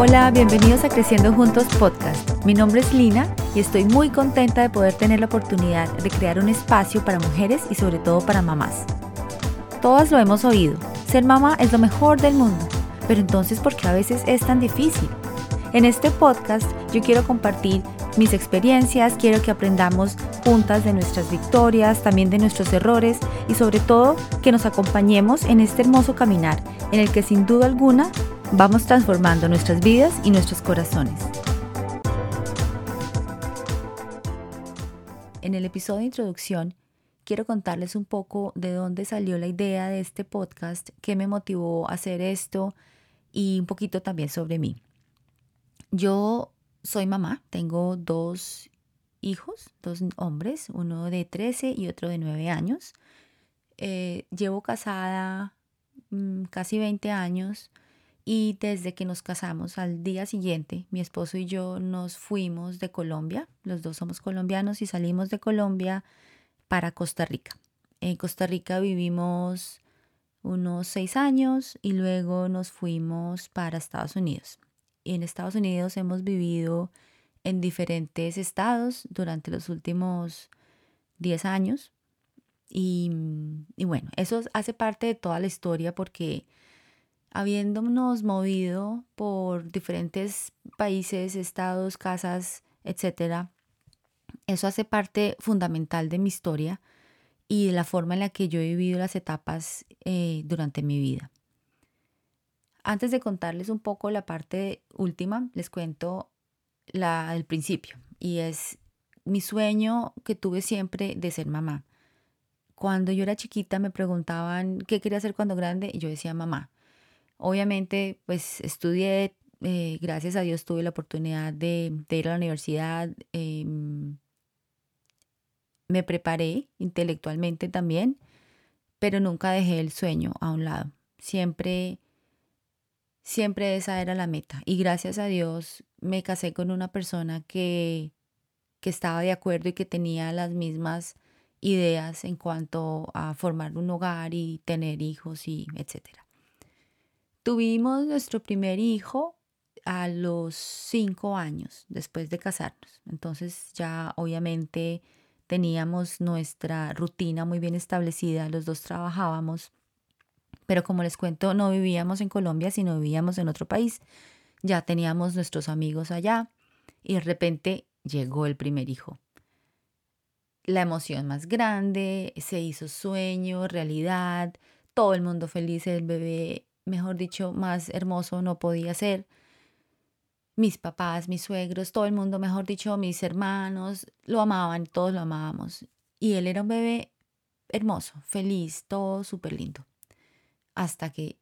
Hola, bienvenidos a Creciendo Juntos Podcast. Mi nombre es Lina y estoy muy contenta de poder tener la oportunidad de crear un espacio para mujeres y sobre todo para mamás. Todas lo hemos oído, ser mamá es lo mejor del mundo, pero entonces ¿por qué a veces es tan difícil? En este podcast yo quiero compartir mis experiencias, quiero que aprendamos juntas de nuestras victorias, también de nuestros errores y sobre todo que nos acompañemos en este hermoso caminar en el que sin duda alguna vamos transformando nuestras vidas y nuestros corazones. En el episodio de introducción quiero contarles un poco de dónde salió la idea de este podcast, qué me motivó a hacer esto y un poquito también sobre mí. Yo soy mamá, tengo 2 hijos, 2 hombres, uno de 13 y otro de 9 años. Llevo casada casi 20 años y desde que nos casamos al día siguiente, mi esposo y yo nos fuimos de Colombia, los dos somos colombianos y salimos de Colombia para Costa Rica. En Costa Rica vivimos unos 6 años y luego nos fuimos para Estados Unidos. Y en Estados Unidos hemos vivido en diferentes estados durante los últimos 10 años. Y bueno, eso hace parte de toda la historia porque habiéndonos movido por diferentes países, estados, casas, etcétera, eso hace parte fundamental de mi historia y de la forma en la que yo he vivido las etapas durante mi vida. Antes de contarles un poco la parte última, les cuento el principio y es mi sueño que tuve siempre de ser mamá. Cuando yo era chiquita me preguntaban qué quería hacer cuando grande y yo decía mamá. Obviamente, pues estudié, gracias a Dios tuve la oportunidad de ir a la universidad, me preparé intelectualmente también, pero nunca dejé el sueño a un lado. Siempre esa era la meta. Y gracias a Dios me casé con una persona que estaba de acuerdo y que tenía las mismas ideas en cuanto a formar un hogar y tener hijos y etcétera. Tuvimos nuestro primer hijo a los 5 años después de casarnos. Entonces ya obviamente teníamos nuestra rutina muy bien establecida, los dos trabajábamos, pero como les cuento, no vivíamos en Colombia, sino vivíamos en otro país. Ya teníamos nuestros amigos allá y de repente llegó el primer hijo. La emoción más grande, se hizo sueño, realidad, todo el mundo feliz, el bebé, mejor dicho, más hermoso no podía ser. Mis papás, mis suegros, todo el mundo, mejor dicho, mis hermanos, lo amaban, todos lo amábamos. Y él era un bebé hermoso, feliz, todo súper lindo. Hasta que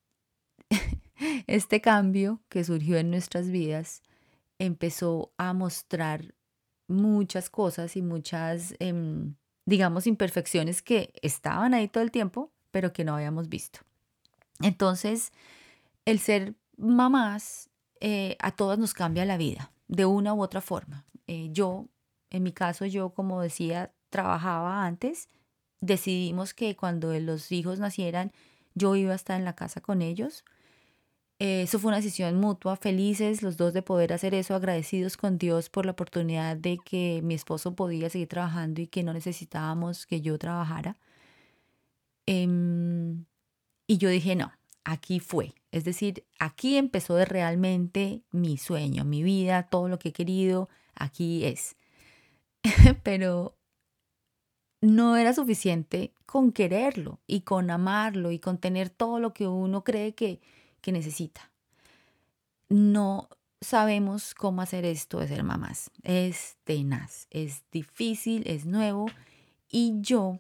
este cambio que surgió en nuestras vidas empezó a mostrar muchas cosas y muchas, digamos, imperfecciones que estaban ahí todo el tiempo, pero que no habíamos visto. Entonces, el ser mamás a todas nos cambia la vida, de una u otra forma. En mi caso, yo, como decía, trabajaba antes. Decidimos que cuando los hijos nacieran, yo iba a estar en la casa con ellos. Eso fue una decisión mutua, felices los dos de poder hacer eso, agradecidos con Dios por la oportunidad de que mi esposo podía seguir trabajando y que no necesitábamos que yo trabajara. Em, y yo dije, no, aquí fue. Es decir, aquí empezó de realmente mi sueño, mi vida, todo lo que he querido, aquí es. Pero no era suficiente con quererlo y con amarlo y con tener todo lo que uno cree que necesita. No sabemos cómo hacer esto de ser mamás. Es tenaz, es difícil, es nuevo y yo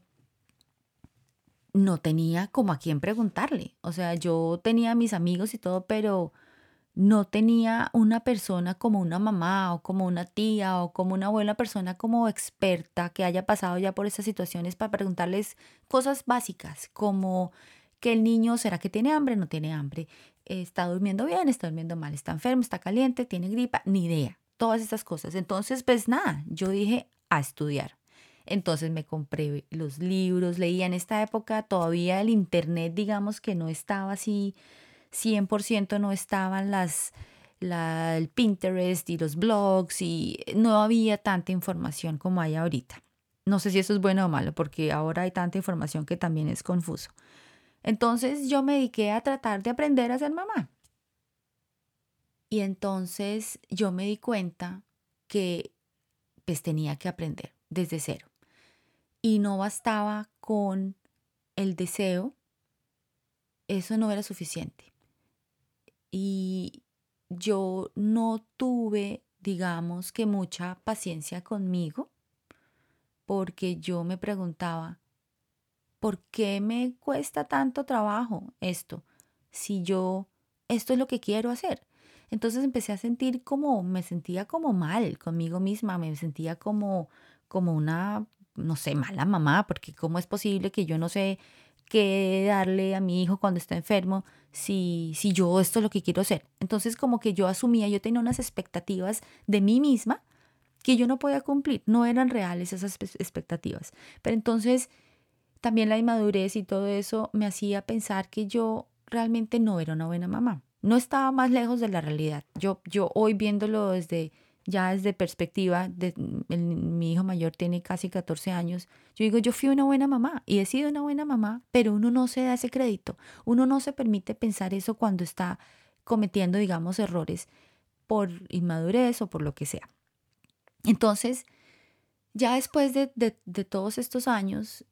no tenía como a quién preguntarle. O sea, yo tenía a mis amigos y todo, pero no tenía una persona como una mamá o como una tía o como una buena persona como experta que haya pasado ya por esas situaciones para preguntarles cosas básicas como que el niño, ¿será que tiene hambre? ¿No tiene hambre? ¿Está durmiendo bien? ¿Está durmiendo mal? ¿Está enfermo? ¿Está caliente? ¿Tiene gripa? Ni idea. Todas esas cosas. Entonces, pues nada, yo dije a estudiar. Entonces me compré los libros, leía en esta época todavía el internet, digamos que no estaba así 100% no estaban el Pinterest y los blogs y no había tanta información como hay ahorita. No sé si eso es bueno o malo, porque ahora hay tanta información que también es confuso. Entonces yo me dediqué a tratar de aprender a ser mamá. Y entonces yo me di cuenta que pues tenía que aprender desde cero. Y no bastaba con el deseo, eso no era suficiente. Y yo no tuve, digamos que mucha paciencia conmigo, porque yo me preguntaba, ¿por qué me cuesta tanto trabajo esto? Si yo, esto es lo que quiero hacer. Entonces empecé a sentir como, me sentía como mal conmigo misma, me sentía como una, no sé, mala mamá, porque ¿cómo es posible que yo no sé qué darle a mi hijo cuando está enfermo si yo esto es lo que quiero hacer? Entonces como que yo asumía, yo tenía unas expectativas de mí misma que yo no podía cumplir, no eran reales esas expectativas. Pero entonces también la inmadurez y todo eso me hacía pensar que yo realmente no era una buena mamá. No estaba más lejos de la realidad. Yo hoy viéndolo desde perspectiva, mi hijo mayor tiene casi 14 años, yo digo, yo fui una buena mamá y he sido una buena mamá, pero uno no se da ese crédito. Uno no se permite pensar eso cuando está cometiendo, digamos, errores por inmadurez o por lo que sea. Entonces, ya después de todos estos años,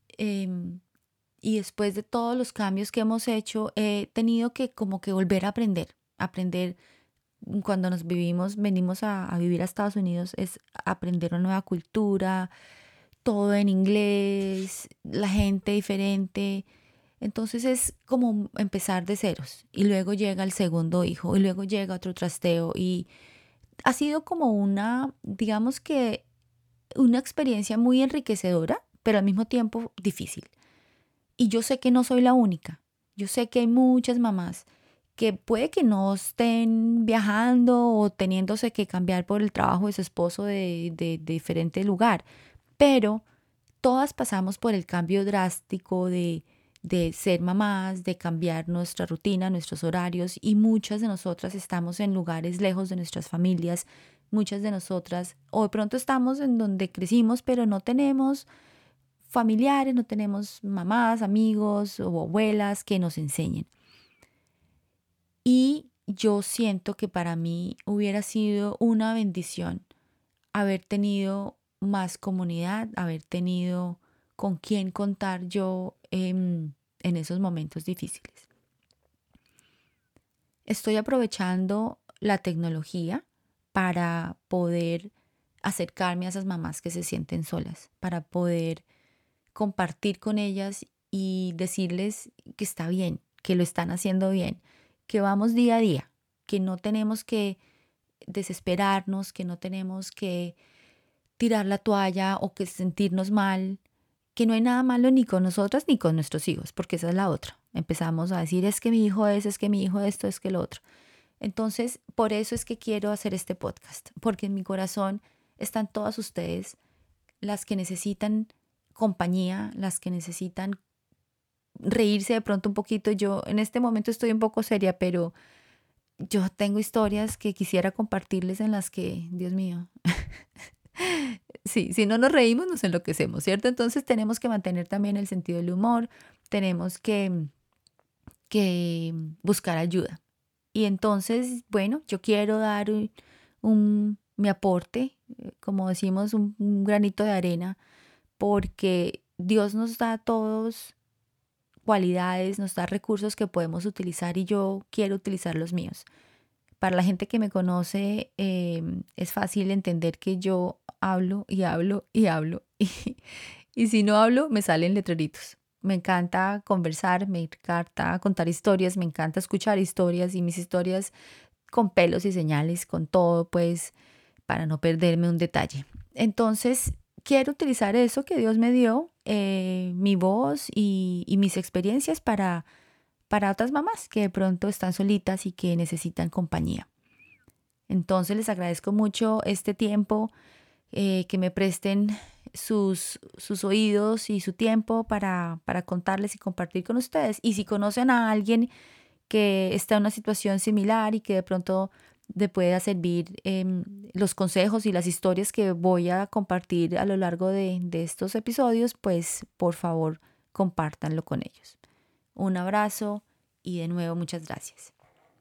y después de todos los cambios que hemos hecho, he tenido que como que volver a aprender cuando venimos a vivir a Estados Unidos, es aprender una nueva cultura, todo en inglés, la gente diferente. Entonces es como empezar de ceros y luego llega el segundo hijo y luego llega otro trasteo y ha sido como digamos que una experiencia muy enriquecedora, pero al mismo tiempo difícil. Y yo sé que no soy la única. Yo sé que hay muchas mamás que puede que no estén viajando o teniéndose que cambiar por el trabajo de su esposo de diferente lugar, pero todas pasamos por el cambio drástico de ser mamás, de cambiar nuestra rutina, nuestros horarios y muchas de nosotras estamos en lugares lejos de nuestras familias, muchas de nosotras o de pronto estamos en donde crecimos pero no tenemos familiares, no tenemos mamás, amigos o abuelas que nos enseñen. Y yo siento que para mí hubiera sido una bendición haber tenido más comunidad, haber tenido con quién contar yo en esos momentos difíciles. Estoy aprovechando la tecnología para poder acercarme a esas mamás que se sienten solas, para poder compartir con ellas y decirles que está bien, que lo están haciendo bien, que vamos día a día, que no tenemos que desesperarnos, que no tenemos que tirar la toalla o que sentirnos mal, que no hay nada malo ni con nosotras ni con nuestros hijos, porque esa es la otra. Empezamos a decir, es que mi hijo es que mi hijo esto, es que lo otro. Entonces, por eso es que quiero hacer este podcast, porque en mi corazón están todas ustedes, las que necesitan compañía, las que necesitan reírse de pronto un poquito. Yo en este momento estoy un poco seria, pero yo tengo historias que quisiera compartirles en las que, Dios mío, sí, si no nos reímos nos enloquecemos, ¿cierto? Entonces tenemos que mantener también el sentido del humor, tenemos que buscar ayuda. Y entonces, bueno, yo quiero dar mi aporte, como decimos, un granito de arena, porque Dios nos da a todos cualidades, nos da recursos que podemos utilizar y yo quiero utilizar los míos. Para la gente que me conoce, es fácil entender que yo hablo y hablo y hablo y si no hablo me salen letreritos. Me encanta conversar, me encanta contar historias, me encanta escuchar historias y mis historias con pelos y señales, con todo, pues, para no perderme un detalle. Entonces, quiero utilizar eso que Dios me dio, mi voz y mis experiencias para otras mamás que de pronto están solitas y que necesitan compañía. Entonces, les agradezco mucho este tiempo, que me presten sus oídos y su tiempo para contarles y compartir con ustedes. Y si conocen a alguien que está en una situación similar y que de pronto te pueda servir los consejos y las historias que voy a compartir a lo largo de estos episodios, pues por favor compártanlo con ellos. Un abrazo y de nuevo muchas gracias.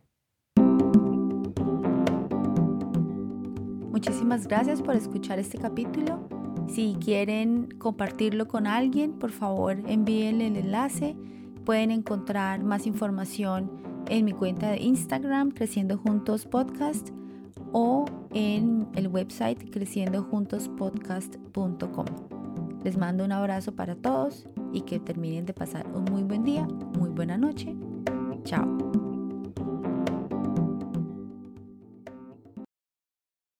Muchísimas gracias por escuchar este capítulo. Si quieren compartirlo con alguien, por favor envíenle el enlace. Pueden encontrar más información en mi cuenta de Instagram, Creciendo Juntos Podcast, o en el website creciendojuntospodcast.com. Les mando un abrazo para todos y que terminen de pasar un muy buen día, muy buena noche. Chao.